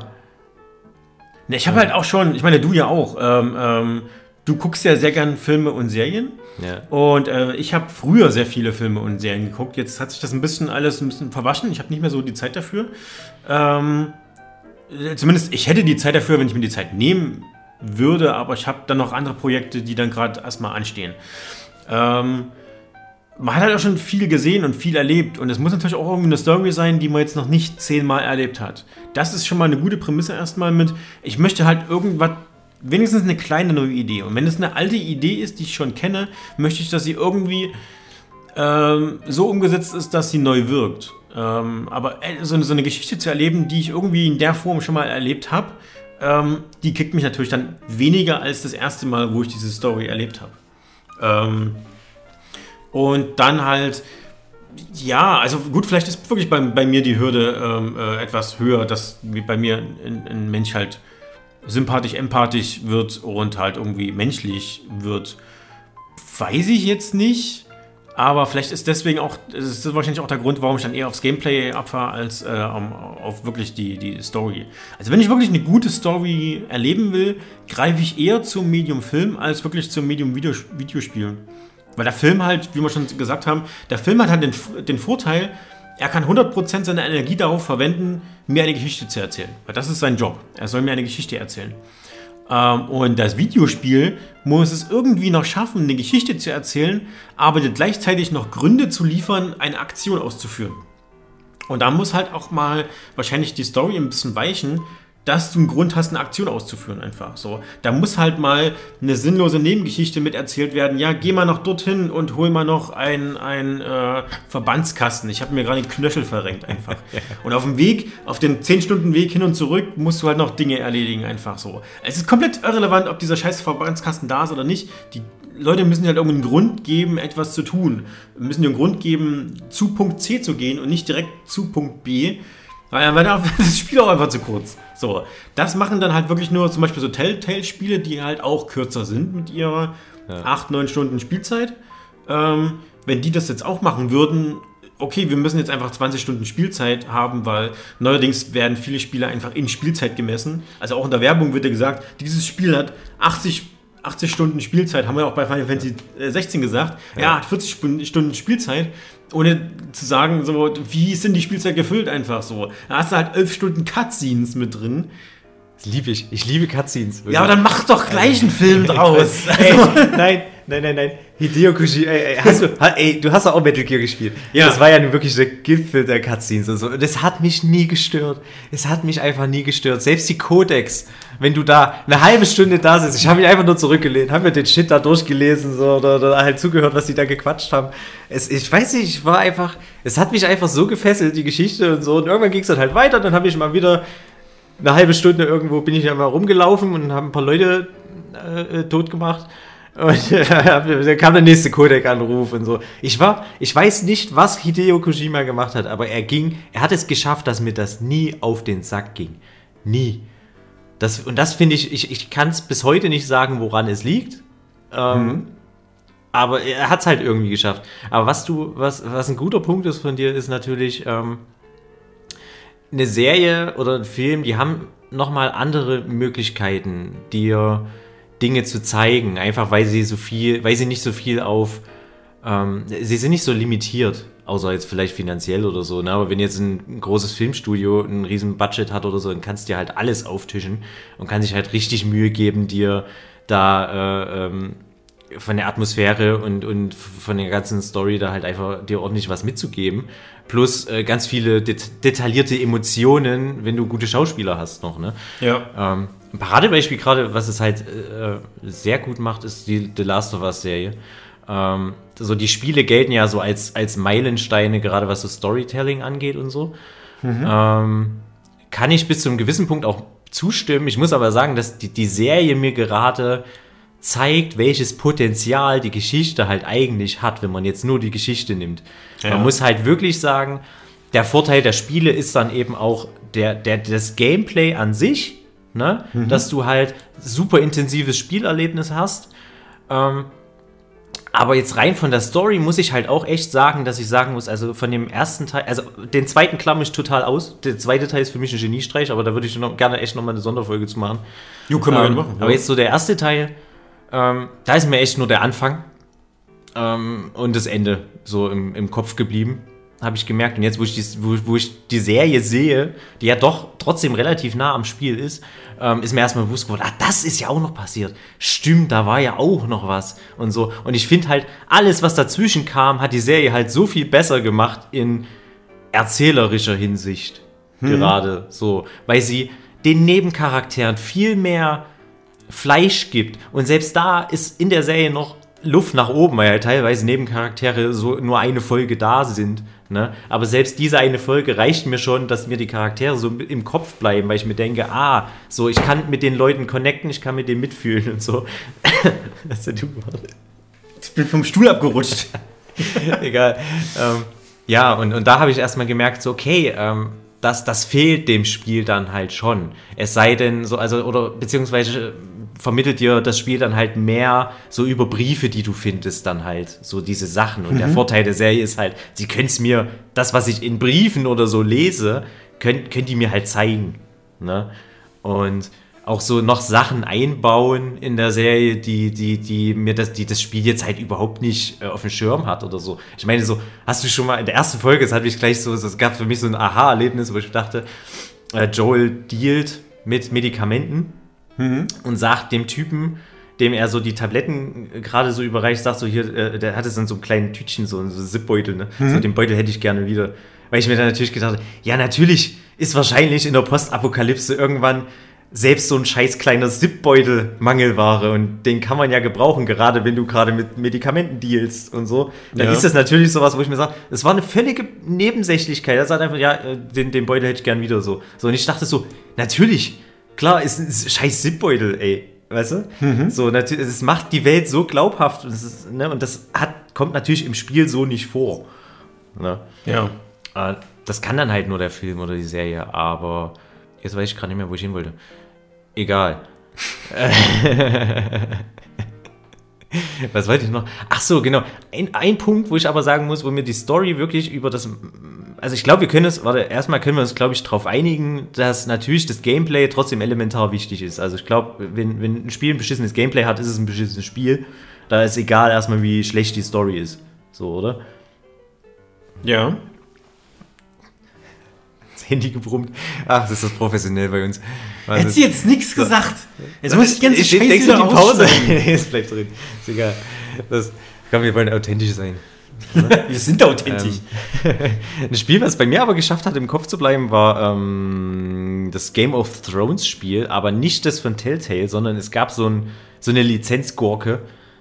Ich habe halt auch schon, ich meine, du ja auch, ähm, ähm, du guckst ja sehr gern Filme und Serien. Ja. Und äh, ich habe früher sehr viele Filme und Serien geguckt. Jetzt hat sich das ein bisschen alles ein bisschen verwaschen. Ich habe nicht mehr so die Zeit dafür. Ähm, zumindest, ich hätte die Zeit dafür, wenn ich mir die Zeit nehmen würde, aber ich habe dann noch andere Projekte, die dann gerade erstmal anstehen. Ähm, man hat halt auch schon viel gesehen und viel erlebt. Und es muss natürlich auch irgendwie eine Story sein, die man jetzt noch nicht zehnmal erlebt hat. Das ist schon mal eine gute Prämisse erstmal mit, ich möchte halt irgendwas, wenigstens eine kleine neue Idee. Und wenn es eine alte Idee ist, die ich schon kenne, möchte ich, dass sie irgendwie ähm, so umgesetzt ist, dass sie neu wirkt. Ähm, aber äh, so, eine, so eine Geschichte zu erleben, die ich irgendwie in der Form schon mal erlebt habe, ähm, die kickt mich natürlich dann weniger als das erste Mal, wo ich diese Story erlebt habe. Ähm, und dann halt, ja, also gut, vielleicht ist wirklich bei, bei mir die Hürde ähm, äh, etwas höher, dass wie bei mir ein, ein Mensch halt sympathisch, empathisch wird und halt irgendwie menschlich wird, weiß ich jetzt nicht. Aber vielleicht ist deswegen auch, das ist wahrscheinlich auch der Grund, warum ich dann eher aufs Gameplay abfahre, als äh, auf wirklich die, die Story. Also wenn ich wirklich eine gute Story erleben will, greife ich eher zum Medium Film als wirklich zum Medium Video, Videospiel. Weil der Film halt, wie wir schon gesagt haben, der Film hat halt den, den Vorteil, er kann hundert Prozent seiner Energie darauf verwenden, mir eine Geschichte zu erzählen. Weil das ist sein Job. Er soll mir eine Geschichte erzählen. Ähm, und das Videospiel muss es irgendwie noch schaffen, eine Geschichte zu erzählen, aber gleichzeitig noch Gründe zu liefern, eine Aktion auszuführen. Und da muss halt auch mal wahrscheinlich die Story ein bisschen weichen, dass du einen Grund hast, eine Aktion auszuführen einfach. So, da muss halt mal eine sinnlose Nebengeschichte mit erzählt werden. Ja, geh mal noch dorthin und hol mal noch einen äh, Verbandskasten. Ich habe mir gerade den Knöchel verrenkt einfach. Und auf dem Weg, auf den zehn Stunden Weg hin und zurück, musst du halt noch Dinge erledigen einfach so. Es ist komplett irrelevant, ob dieser scheiß Verbandskasten da ist oder nicht. Die Leute müssen halt irgendwie einen Grund geben, etwas zu tun. Müssen dir einen Grund geben, zu Punkt C zu gehen und nicht direkt zu Punkt B. Weil das Spiel auch einfach zu kurz. So, das machen dann halt wirklich nur zum Beispiel so Telltale-Spiele, die halt auch kürzer sind mit ihrer ja. acht, neun Stunden Spielzeit. Ähm, wenn die das jetzt auch machen würden, okay, wir müssen jetzt einfach zwanzig Stunden Spielzeit haben, weil neuerdings werden viele Spiele einfach in Spielzeit gemessen. Also auch in der Werbung wird ja gesagt, dieses Spiel hat achtzig, achtzig Stunden Spielzeit, haben wir auch bei Final Fantasy sechzehn gesagt. Ja, ja, hat vierzig Stunden Spielzeit, ohne zu sagen, so, wie ist denn die Spielzeit gefüllt einfach so. Da hast du halt elf Stunden Cutscenes mit drin. Das liebe ich. Ich liebe Cutscenes. Ja, aber dann mach doch gleich einen Film draus. Ey, nein, nein, nein, nein. Hideo Kojima, ey, hast du, ey, du hast doch auch Metal Gear gespielt. Ja. Das war ja nun wirklich der Gipfel der Cutscenes und so. Und das hat mich nie gestört. Es hat mich einfach nie gestört. Selbst die Codex, wenn du da eine halbe Stunde da sitzt, ich habe mich einfach nur zurückgelehnt, habe mir den Shit da durchgelesen so, oder, oder halt zugehört, was die da gequatscht haben. Es, ich weiß nicht, ich war einfach, es hat mich einfach so gefesselt, die Geschichte und so. Und irgendwann ging es dann halt weiter, dann habe ich mal wieder eine halbe Stunde irgendwo bin ich ja mal rumgelaufen und habe ein paar Leute äh, tot gemacht. Und äh, dann kam der nächste Codec-Anruf und so. Ich war, ich weiß nicht, was Hideo Kojima gemacht hat, aber er ging, er hat es geschafft, dass mir das nie auf den Sack ging. Nie. Das, und das finde ich, ich, ich kann es bis heute nicht sagen, woran es liegt. Ähm, mhm. Aber er hat es halt irgendwie geschafft. Aber was du, was, was ein guter Punkt ist von dir, ist natürlich, ähm, eine Serie oder ein Film, die haben nochmal andere Möglichkeiten, dir Dinge zu zeigen, einfach weil sie so viel, weil sie nicht so viel auf, ähm, sie sind nicht so limitiert, außer jetzt vielleicht finanziell oder so, ne? Aber wenn jetzt ein, ein großes Filmstudio ein riesen Budget hat oder so, dann kannst du dir halt alles auftischen und kann sich halt richtig Mühe geben, dir da äh, ähm, von der Atmosphäre und, und von der ganzen Story da halt einfach dir ordentlich was mitzugeben. Plus äh, ganz viele det- detaillierte Emotionen, wenn du gute Schauspieler hast noch, ne? Ja. Ähm, ein Paradebeispiel gerade, was es halt äh, sehr gut macht, ist die The Last of Us Serie. Ähm, so die Spiele gelten ja so als, als Meilensteine, gerade was so Storytelling angeht und so. Mhm. Ähm, kann ich bis zu einem gewissen Punkt auch zustimmen. Ich muss aber sagen, dass die, die Serie mir gerade zeigt, welches Potenzial die Geschichte halt eigentlich hat, wenn man jetzt nur die Geschichte nimmt. Ja. Man muss halt wirklich sagen, der Vorteil der Spiele ist dann eben auch der, der, das Gameplay an sich, ne? Mhm. Dass du halt super intensives Spielerlebnis hast. Ähm, aber jetzt rein von der Story muss ich halt auch echt sagen, dass ich sagen muss, also von dem ersten Teil, also den zweiten klammer ich total aus. Der zweite Teil ist für mich ein Geniestreich, aber da würde ich noch, gerne echt nochmal eine Sonderfolge zu machen. Jo, können wir ähm, machen. Ja. Aber jetzt so der erste Teil, Ähm, da ist mir echt nur der Anfang ähm, und das Ende so im, im Kopf geblieben, habe ich gemerkt. Und jetzt, wo ich, die, wo, wo ich die Serie sehe, die ja doch trotzdem relativ nah am Spiel ist, ähm, ist mir erstmal bewusst geworden, ah, das ist ja auch noch passiert. Stimmt, da war ja auch noch was und so. Und ich finde halt, alles, was dazwischen kam, hat die Serie halt so viel besser gemacht in erzählerischer Hinsicht. Hm. Gerade so, weil sie den Nebencharakteren viel mehr Fleisch gibt. Und selbst da ist in der Serie noch Luft nach oben, weil ja teilweise Nebencharaktere so nur eine Folge da sind. Ne? Aber selbst diese eine Folge reicht mir schon, dass mir die Charaktere so im Kopf bleiben, weil ich mir denke, ah, so, ich kann mit den Leuten connecten, ich kann mit denen mitfühlen und so. Was hast du gemacht? Ich bin vom Stuhl abgerutscht. Egal. Ähm, ja, und, und da habe ich erstmal gemerkt, so, okay, ähm, das, das fehlt dem Spiel dann halt schon. Es sei denn, so, also, oder beziehungsweise vermittelt dir das Spiel dann halt mehr so über Briefe, die du findest, dann halt so diese Sachen. Und mhm. der Vorteil der Serie ist halt, sie können es mir, das, was ich in Briefen oder so lese, können, können die mir halt zeigen. Ne? Und auch so noch Sachen einbauen in der Serie, die, die, die mir das, die das Spiel jetzt halt überhaupt nicht äh, auf dem Schirm hat oder so. Ich meine, so, hast du schon mal in der ersten Folge, das hatte ich gleich so, das gab für mich so ein Aha-Erlebnis, wo ich dachte, äh, Joel dealt mit Medikamenten mhm. und sagt dem Typen, dem er so die Tabletten gerade so überreicht, sagt so hier, äh, der hat es in so einem kleinen Tütchen, so ein so Zipbeutel, ne? Mhm. So den Beutel hätte ich gerne wieder. Weil ich mir dann natürlich gedacht habe, ja, natürlich ist wahrscheinlich in der Postapokalypse irgendwann selbst so ein scheiß kleiner Zipbeutel Mangelware und den kann man ja gebrauchen, gerade wenn du gerade mit Medikamenten dealst und so. Dann ja. ist das natürlich sowas, wo ich mir sage, es war eine völlige Nebensächlichkeit. Er sagt einfach, ja, den, den Beutel hätte ich gern wieder so. So, und ich dachte so, natürlich, klar, ist ein scheiß Zipbeutel, ey. Weißt du? Mhm. So, natürlich, es macht die Welt so glaubhaft und das, ist, ne, und das hat, kommt natürlich im Spiel so nicht vor. Ne? Ja. Äh, das kann dann halt nur der Film oder die Serie, aber jetzt weiß ich gerade nicht mehr, wo ich hin wollte. Egal. Was wollte ich noch? Ach so, genau. Ein, ein Punkt, wo ich aber sagen muss, wo mir die Story wirklich über das... Also ich glaube, wir können es... Warte, erstmal können wir uns, glaube ich, darauf einigen, dass natürlich das Gameplay trotzdem elementar wichtig ist. Also ich glaube, wenn, wenn ein Spiel ein beschissenes Gameplay hat, ist es ein beschissenes Spiel. Da ist egal erstmal, wie schlecht die Story ist. So, oder? Ja. Das Handy gebrummt. Ach, das ist das professionell bei uns. Hättest du jetzt nichts so gesagt? Jetzt muss ich ganz scheiße denkst du die Pause? Es bleibt drin. Ist egal. Das, komm, wir wollen authentisch sein. Wir sind authentisch. Ähm, ein Spiel, was bei mir aber geschafft hat, im Kopf zu bleiben, war ähm, das Game of Thrones Spiel, aber nicht das von Telltale, sondern es gab so, ein, so eine Lizenzgurke,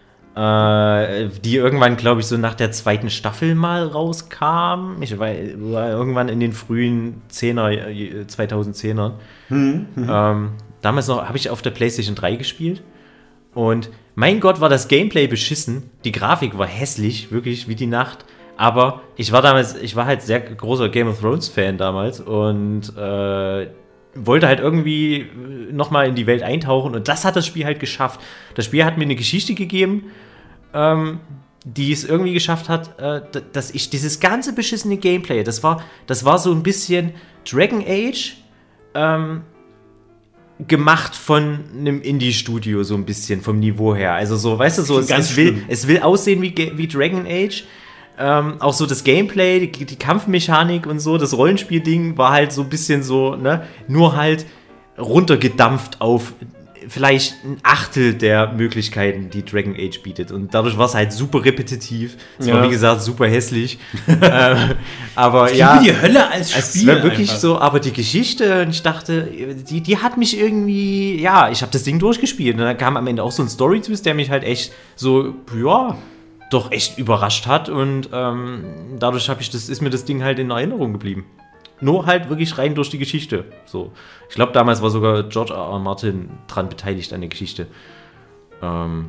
äh, die irgendwann, glaube ich, so nach der zweiten Staffel mal rauskam. Ich war, war irgendwann in den frühen Zehner, zweitausendzehner. Hm, hm. Ähm, damals noch habe ich auf der PlayStation drei gespielt und mein Gott, war das Gameplay beschissen. Die Grafik war hässlich, wirklich wie die Nacht. Aber ich war damals, ich war halt sehr großer Game of Thrones Fan damals und äh, wollte halt irgendwie nochmal in die Welt eintauchen und das hat das Spiel halt geschafft. Das Spiel hat mir eine Geschichte gegeben, ähm, die es irgendwie geschafft hat, äh, dass ich dieses ganze beschissene Gameplay, das war, das war so ein bisschen Dragon Age, ähm, gemacht von einem Indie-Studio, so ein bisschen vom Niveau her. Also so, weißt du, so es, es, will, es will aussehen wie, wie Dragon Age. Ähm, auch so das Gameplay, die, die Kampfmechanik und so, das Rollenspiel-Ding war halt so ein bisschen so, ne, nur halt runtergedampft auf vielleicht ein Achtel der Möglichkeiten, die Dragon Age bietet. Und dadurch war es halt super repetitiv. Es ja. war, wie gesagt, super hässlich. ähm, aber das ja. Wie die Hölle als Spiel. Es war wirklich einfach so, aber die Geschichte, und ich dachte, die, die hat mich irgendwie, ja, ich habe das Ding durchgespielt. Und dann kam am Ende auch so ein Story-Twist, der mich halt echt so, ja, doch echt überrascht hat. Und ähm, dadurch hab ich das, ist mir das Ding halt in Erinnerung geblieben. Nur halt wirklich rein durch die Geschichte. So. Ich glaube, damals war sogar George R. R. Martin dran beteiligt an der Geschichte. Ähm,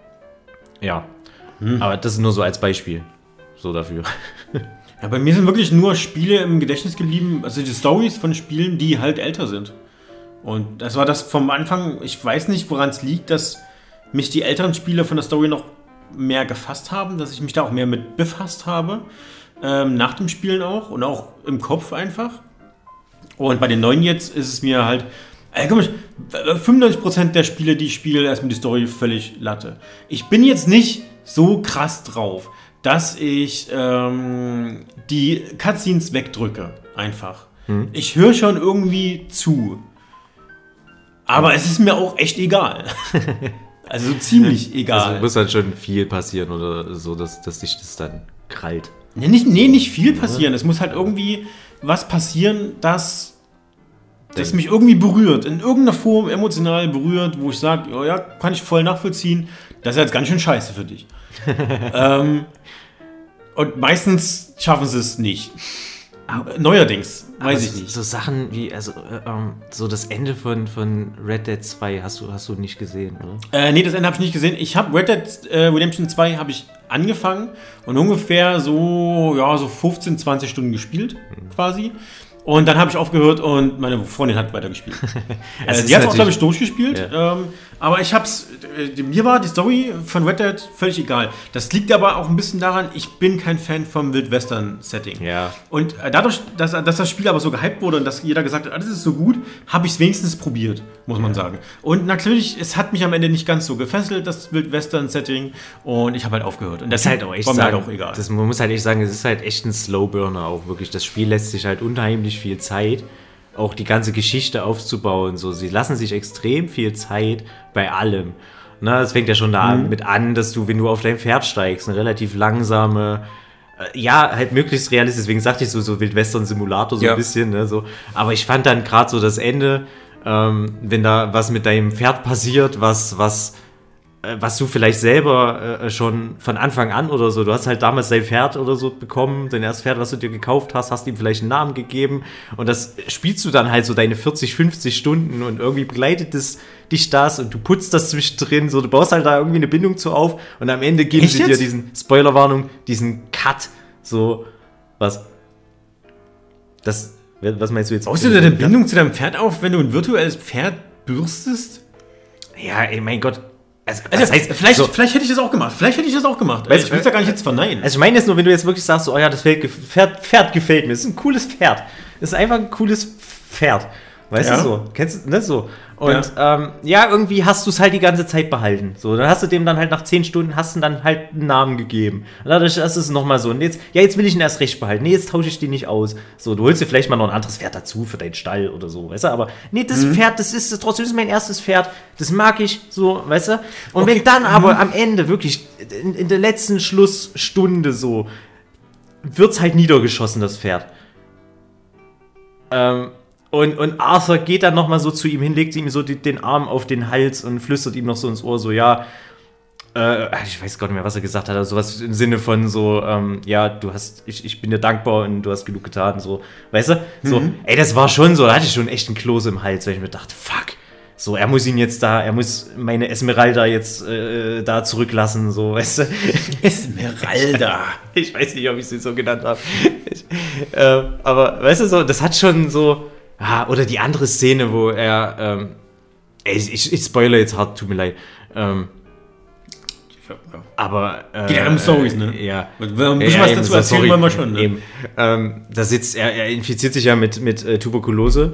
ja. Hm. Aber das ist nur so als Beispiel. So dafür. Ja, bei mir sind wirklich nur Spiele im Gedächtnis geblieben, also die Storys von Spielen, die halt älter sind. Und das war das vom Anfang, ich weiß nicht, woran es liegt, dass mich die älteren Spiele von der Story noch mehr gefasst haben, dass ich mich da auch mehr mit befasst habe. Ähm, nach dem Spielen auch und auch im Kopf einfach. Und bei den neuen jetzt ist es mir halt, ey, komm, fünfundneunzig Prozent der Spiele, die ich spiele, erstmal die Story völlig Latte. Ich bin jetzt nicht so krass drauf, dass ich ähm, die Cutscenes wegdrücke, einfach. Hm. Ich höre schon irgendwie zu. Aber es ist mir auch echt egal. Also ziemlich egal. Also muss halt schon viel passieren oder so, dass, dass dich das dann krallt. Nee, nicht, nee, nicht viel passieren. Es muss halt irgendwie was passieren, das, das mich irgendwie berührt. In irgendeiner Form emotional berührt, wo ich sage, oh ja, kann ich voll nachvollziehen. Das ist jetzt ganz schön scheiße für dich. ähm, und meistens schaffen sie es nicht. Aber neuerdings, weiß ich so, nicht. So Sachen wie, also äh, ähm, so das Ende von, von Red Dead zwei hast du, hast du nicht gesehen, oder? Äh, nee, das Ende habe ich nicht gesehen. Ich habe Red Dead äh, Redemption zwei habe ich angefangen und ungefähr so, ja, so fünfzehn, zwanzig Stunden gespielt, mhm. quasi. Und dann habe ich aufgehört und meine Freundin hat weitergespielt. also die hat es auch, glaube ich, durchgespielt. Ja. Ähm, aber ich hab's, äh, mir war die Story von Red Dead völlig egal. Das liegt aber auch ein bisschen daran, ich bin kein Fan vom Wildwestern-Setting. Ja. Und äh, dadurch, dass, dass das Spiel aber so gehypt wurde und dass jeder gesagt hat, ah, das ist so gut, habe ich es wenigstens probiert, muss man ja. sagen. Und natürlich, es hat mich am Ende nicht ganz so gefesselt, das Wildwestern-Setting. Und ich habe halt aufgehört. Und das, das ist halt auch echt war mir sagen, halt auch egal. Das, man muss halt echt sagen, es ist halt echt ein Slowburner auch wirklich. Das Spiel lässt sich halt unheimlich viel Zeit, auch die ganze Geschichte aufzubauen. So, sie lassen sich extrem viel Zeit bei allem. Na, das fängt ja schon da mhm. mit an, dass du, wenn du auf dein Pferd steigst, eine relativ langsame, äh, ja, halt möglichst realistisch, deswegen sagte ich so, so Wildwestern-Simulator so ja. ein bisschen, ne, so. Aber ich fand dann gerade so das Ende, ähm, wenn da was mit deinem Pferd passiert, was, was was du vielleicht selber äh, schon von Anfang an oder so, du hast halt damals dein Pferd oder so bekommen, dein erstes Pferd, was du dir gekauft hast, hast ihm vielleicht einen Namen gegeben und das spielst du dann halt so deine vierzig, fünfzig Stunden und irgendwie begleitet es dich das und du putzt das zwischendrin, so, du baust halt da irgendwie eine Bindung zu auf und am Ende geben Echt sie jetzt? dir diesen, Spoilerwarnung, diesen Cut, so, was? Das, was meinst du jetzt? Baust du da eine Bindung zu deinem Pferd auf, wenn du ein virtuelles Pferd bürstest? Ja, ey, mein Gott. Also, das heißt, vielleicht, so, vielleicht hätte ich das auch gemacht. Vielleicht hätte ich das auch gemacht. Weißt, ich will es ja gar nicht jetzt verneinen. Also ich meine jetzt nur, wenn du jetzt wirklich sagst, so, oh ja, das Pferd, Pferd gefällt mir. Das ist ein cooles Pferd. Das ist einfach ein cooles Pferd. Weißt ja. du so? Kennst du das so? Und ja. Ähm, ja, irgendwie hast du es halt die ganze Zeit behalten. So, dann hast du dem dann halt nach zehn Stunden hast du dann halt einen Namen gegeben. Und dadurch ist es nochmal so. Und jetzt, ja, jetzt will ich ihn erst recht behalten. Nee, jetzt tausche ich den nicht aus. So, du holst dir vielleicht mal noch ein anderes Pferd dazu für deinen Stall oder so, weißt du? Aber nee, das mhm. Pferd, das ist trotzdem das ist mein erstes Pferd. Das mag ich, so, weißt du? Und okay. wenn dann aber mhm. am Ende wirklich in, in der letzten Schlussstunde so wird's halt niedergeschossen, das Pferd. Ähm, Und, und Arthur geht dann nochmal so zu ihm hin, legt ihm so die, den Arm auf den Hals und flüstert ihm noch so ins Ohr, so, ja, äh, ich weiß gar nicht mehr, was er gesagt hat, aber sowas im Sinne von so, ähm, ja, du hast, ich, ich bin dir dankbar und du hast genug getan, so, weißt du? So, mhm. ey, das war schon so, da hatte ich schon echt einen Kloß im Hals, weil ich mir dachte, fuck, so, er muss ihn jetzt da, er muss meine Esmeralda jetzt äh, da zurücklassen, so, weißt du? Esmeralda. Ich weiß nicht, ob ich sie so genannt habe. Ich, äh, aber, weißt du, so, das hat schon so, ah, oder die andere Szene, wo er, ähm, ey, ich, ich spoilere jetzt hart, tut mir leid, ähm, aber, äh, geht ja um Stories, ne? Ja. Ein bisschen was dazu erzählen wollen wir schon, ne? Eben. Ähm, da sitzt, er, er infiziert sich ja mit, mit äh, Tuberkulose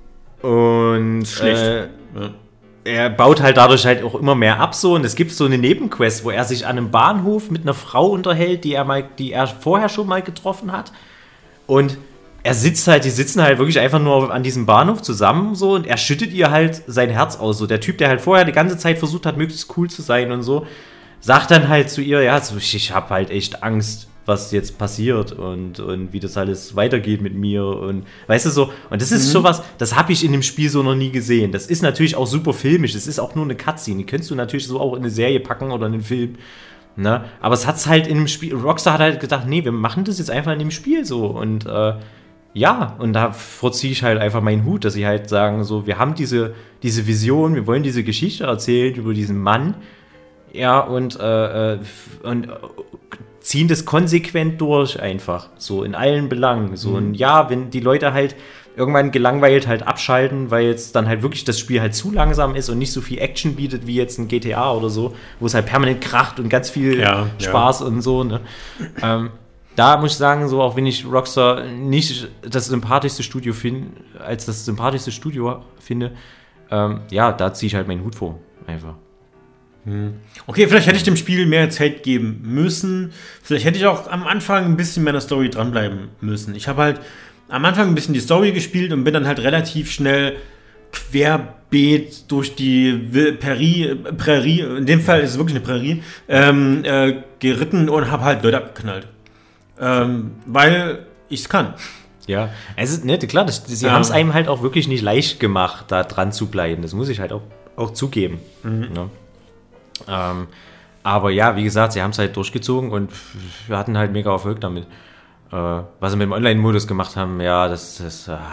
und, Schlecht. Äh, ja. Er baut halt dadurch halt auch immer mehr ab so und es gibt so eine Nebenquest, wo er sich an einem Bahnhof mit einer Frau unterhält, die er mal, die er vorher schon mal getroffen hat und er sitzt halt, die sitzen halt wirklich einfach nur an diesem Bahnhof zusammen so und er schüttet ihr halt sein Herz aus. So der Typ, der halt vorher die ganze Zeit versucht hat, möglichst cool zu sein und so, sagt dann halt zu ihr, ja, so, ich, ich hab halt echt Angst, was jetzt passiert und, und wie das alles weitergeht mit mir und weißt du so, und das ist mhm. sowas, das habe ich in dem Spiel so noch nie gesehen. Das ist natürlich auch super filmisch, das ist auch nur eine Cutscene, die könntest du natürlich so auch in eine Serie packen oder in einen Film. Ne? Aber es hat's halt in dem Spiel, Rockstar hat halt gedacht, nee, wir machen das jetzt einfach in dem Spiel so und äh, ja, und da vorziehe ich halt einfach meinen Hut, dass sie halt sagen, so, wir haben diese, diese Vision, wir wollen diese Geschichte erzählen über diesen Mann, ja, und, äh, und ziehen das konsequent durch einfach, so in allen Belangen, so, mhm. und ja, wenn die Leute halt irgendwann gelangweilt halt abschalten, weil jetzt dann halt wirklich das Spiel halt zu langsam ist und nicht so viel Action bietet wie jetzt ein G T A oder so, wo es halt permanent kracht und ganz viel ja, Spaß ja. und so, ne, ähm, da muss ich sagen, so auch wenn ich Rockstar nicht das sympathischste Studio finde, als das sympathischste Studio finde, ähm, ja, da ziehe ich halt meinen Hut vor, einfach. Hm. Okay, vielleicht hätte ich dem Spiel mehr Zeit geben müssen. Vielleicht hätte ich auch am Anfang ein bisschen mehr in der Story dranbleiben müssen. Ich habe halt am Anfang ein bisschen die Story gespielt und bin dann halt relativ schnell querbeet durch die Prärie, Prärie, in dem Fall ist es wirklich eine Prärie, ähm, äh, geritten und habe halt Leute abgeknallt. Ähm, weil ich es kann. Ja, also, ne, klar, das, sie ja. haben es einem halt auch wirklich nicht leicht gemacht, da dran zu bleiben. Das muss ich halt auch, auch zugeben. Mhm. Ne? Ähm, aber ja, wie gesagt, sie haben es halt durchgezogen und wir hatten halt mega Erfolg damit. Äh, was sie mit dem Online-Modus gemacht haben, ja, das, das äh, ja,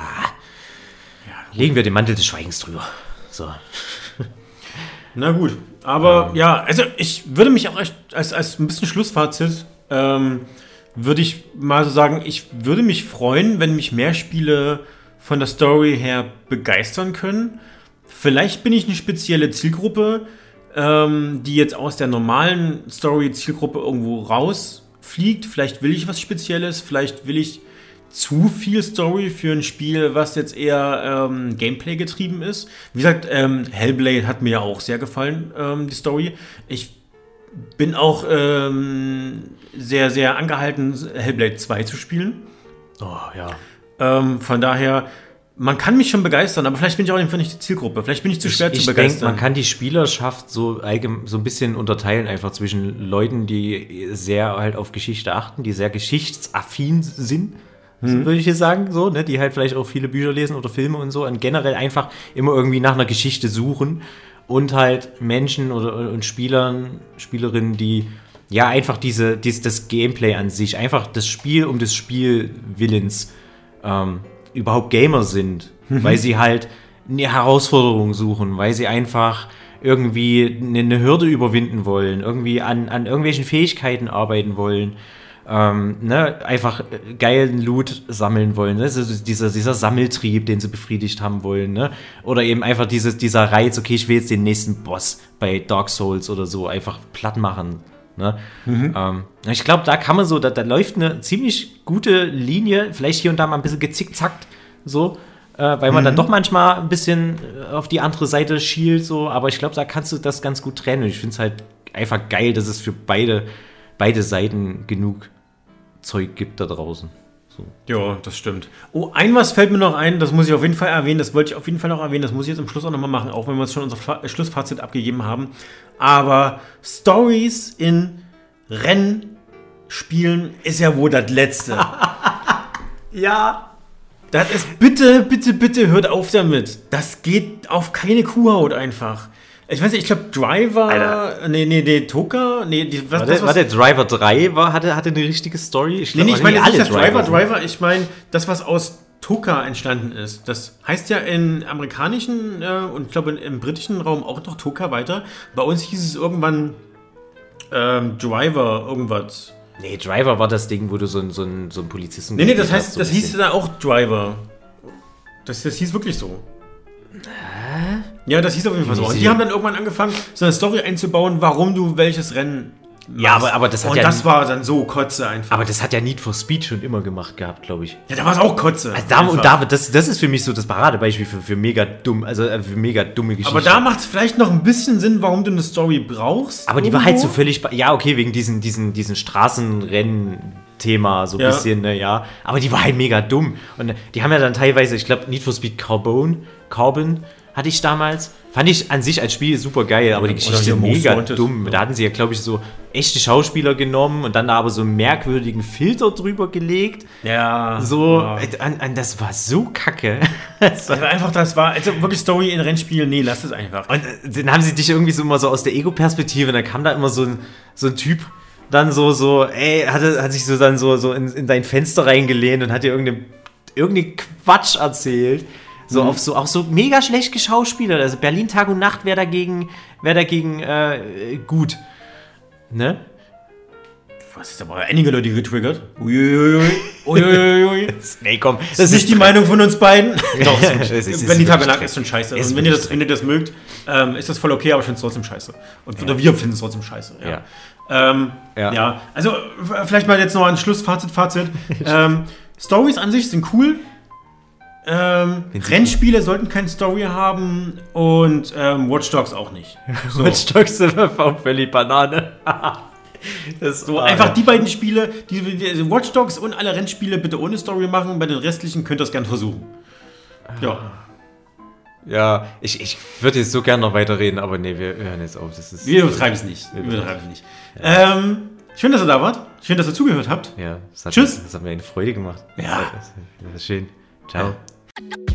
legen wir den Mantel des Schweigens drüber. So. Na gut, aber ähm. ja, also ich würde mich auch echt als, als ein bisschen Schlussfazit ähm, würde ich mal so sagen, ich würde mich freuen, wenn mich mehr Spiele von der Story her begeistern können. Vielleicht bin ich eine spezielle Zielgruppe, ähm, die jetzt aus der normalen Story-Zielgruppe irgendwo rausfliegt. Vielleicht will ich was Spezielles, vielleicht will ich zu viel Story für ein Spiel, was jetzt eher ähm, Gameplay getrieben ist. Wie gesagt, ähm, Hellblade hat mir ja auch sehr gefallen, ähm, die Story. Ich bin auch ähm, sehr, sehr angehalten, Hellblade zwei zu spielen. Oh, ja. Ähm, von daher, man kann mich schon begeistern, aber vielleicht bin ich auch einfach nicht die Zielgruppe. Vielleicht bin ich zu schwer ich, zu ich begeistern. Denk, man kann die Spielerschaft so, allgemein, so ein bisschen unterteilen, einfach zwischen Leuten, die sehr halt auf Geschichte achten, die sehr geschichtsaffin sind, mhm. würde ich jetzt sagen, so, ne, die halt vielleicht auch viele Bücher lesen oder Filme und so und generell einfach immer irgendwie nach einer Geschichte suchen. Und halt Menschen oder und Spielern, Spielerinnen, die ja einfach diese, dies, das Gameplay an sich, einfach das Spiel um des Spielwillens ähm, überhaupt Gamer sind, mhm. weil sie halt eine Herausforderung suchen, weil sie einfach irgendwie eine, eine Hürde überwinden wollen, irgendwie an, an irgendwelchen Fähigkeiten arbeiten wollen. ähm, ne, einfach geilen Loot sammeln wollen, ne? Also dieser, dieser Sammeltrieb, den sie befriedigt haben wollen, ne? Oder eben einfach dieses, dieser Reiz, okay, ich will jetzt den nächsten Boss bei Dark Souls oder so einfach platt machen. Ne? Mhm. Ähm, ich glaube, da kann man so, da, da läuft eine ziemlich gute Linie, vielleicht hier und da mal ein bisschen gezickzackt, so, äh, weil man mhm. dann doch manchmal ein bisschen auf die andere Seite schielt, so, aber ich glaube, da kannst du das ganz gut trennen und ich finde es halt einfach geil, dass es für beide, beide Seiten genug Zeug gibt da draußen. So. Ja, das stimmt. Oh, ein was fällt mir noch ein, das muss ich auf jeden Fall erwähnen, das wollte ich auf jeden Fall noch erwähnen, das muss ich jetzt am Schluss auch nochmal machen, auch wenn wir jetzt schon unser Fa- Schlussfazit abgegeben haben. Aber Stories in Rennspielen ist ja wohl das Letzte. Ja. Das ist, bitte, bitte, bitte hört auf damit. Das geht auf keine Kuhhaut einfach. Ich weiß nicht, ich glaube Driver, Alter. nee, nee, nee, Toka, nee, die, was, war, das, der, war der Driver drei, war, hatte, hatte eine richtige Story? Ich glaub, nee, nee, ich meine nicht das Driver, Driver, Driver, ich meine das, was aus Toka entstanden ist. Das heißt ja im amerikanischen äh, und ich glaube im britischen Raum auch noch Toka weiter. Bei uns hieß es irgendwann ähm, Driver, irgendwas. Nee, Driver war das Ding, wo du so einen so so einen Polizisten... Nee, nee, das heißt, so das hieß da auch Driver. Das, das hieß wirklich so. Hä? Ja, das hieß auf jeden Fall so. Und die haben dann irgendwann angefangen, so eine Story einzubauen, warum du welches Rennen machst. Ja, aber, aber das hat Und ja... das war dann so Kotze einfach. Aber das hat ja Need for Speed schon immer gemacht gehabt, glaube ich. Ja, da war es auch Kotze. Also da, und da, das, das ist für mich so das Paradebeispiel für, für mega dumm, also für mega dumme Geschichten. Aber da macht es vielleicht noch ein bisschen Sinn, warum du eine Story brauchst. Aber die irgendwo? War halt so völlig... Ja, okay, wegen diesen, diesen, diesen Straßenrennen... Thema, so ein ja. bisschen, ne, ja. Aber die war halt mega dumm. Und die haben ja dann teilweise, ich glaube, Need for Speed Carbon, Carbon hatte ich damals. Fand ich an sich als Spiel super geil, aber die Geschichte mega dumm. Da hatten sie ja, glaube ich, so echte Schauspieler genommen und dann da aber so einen merkwürdigen Filter drüber gelegt. Ja. So, ja. An, an, das war so kacke. Das war einfach, das war, also wirklich Story in Rennspielen, nee, lass es einfach. Und dann haben sie dich irgendwie so immer so aus der Ego-Perspektive und dann kam da immer so ein, so ein Typ dann so, so, ey, hat, hat sich so dann so, so in, in dein Fenster reingelehnt und hat dir irgendeinen irgendeine Quatsch erzählt. So, mhm. auf so, auch so mega schlecht geschauspielert. Also Berlin Tag und Nacht wäre dagegen, wär dagegen äh, gut. Ne? Was ist aber einige Leute getriggert? Uiuiui. Uiuiui. Nee, komm. Das, das ist nicht die Meinung von uns beiden. Doch, Berlin Tag und Nacht ist schon scheiße. Und wenn ihr, das, wenn ihr das mögt, ähm, ist das voll okay, aber ich finde es trotzdem scheiße. Und, ja. Oder wir finden es trotzdem scheiße. Ja. Ja. Ähm, ja. ja, also vielleicht mal jetzt noch ein Schlussfazit. Fazit. ähm, Stories an sich sind cool. Ähm, Rennspiele sollten keine Story haben und ähm, Watch Dogs auch nicht. So. Watch Dogs sind auch völlig Banane. Das so, einfach die beiden Spiele, die, die Watch Dogs und alle Rennspiele bitte ohne Story machen. Bei den restlichen könnt ihr das gern versuchen. Ja. Ja, ich, ich würde jetzt so gern noch weiterreden, aber nee, wir hören jetzt auf. Das ist wir übertreiben es nicht. Wir übertreiben es nicht. Ja. Ähm, schön, dass ihr da wart. Schön, dass ihr zugehört habt. Ja, das hat, Tschüss. Das hat mir eine Freude gemacht. Ja. Das ist schön. Ciao. Ja.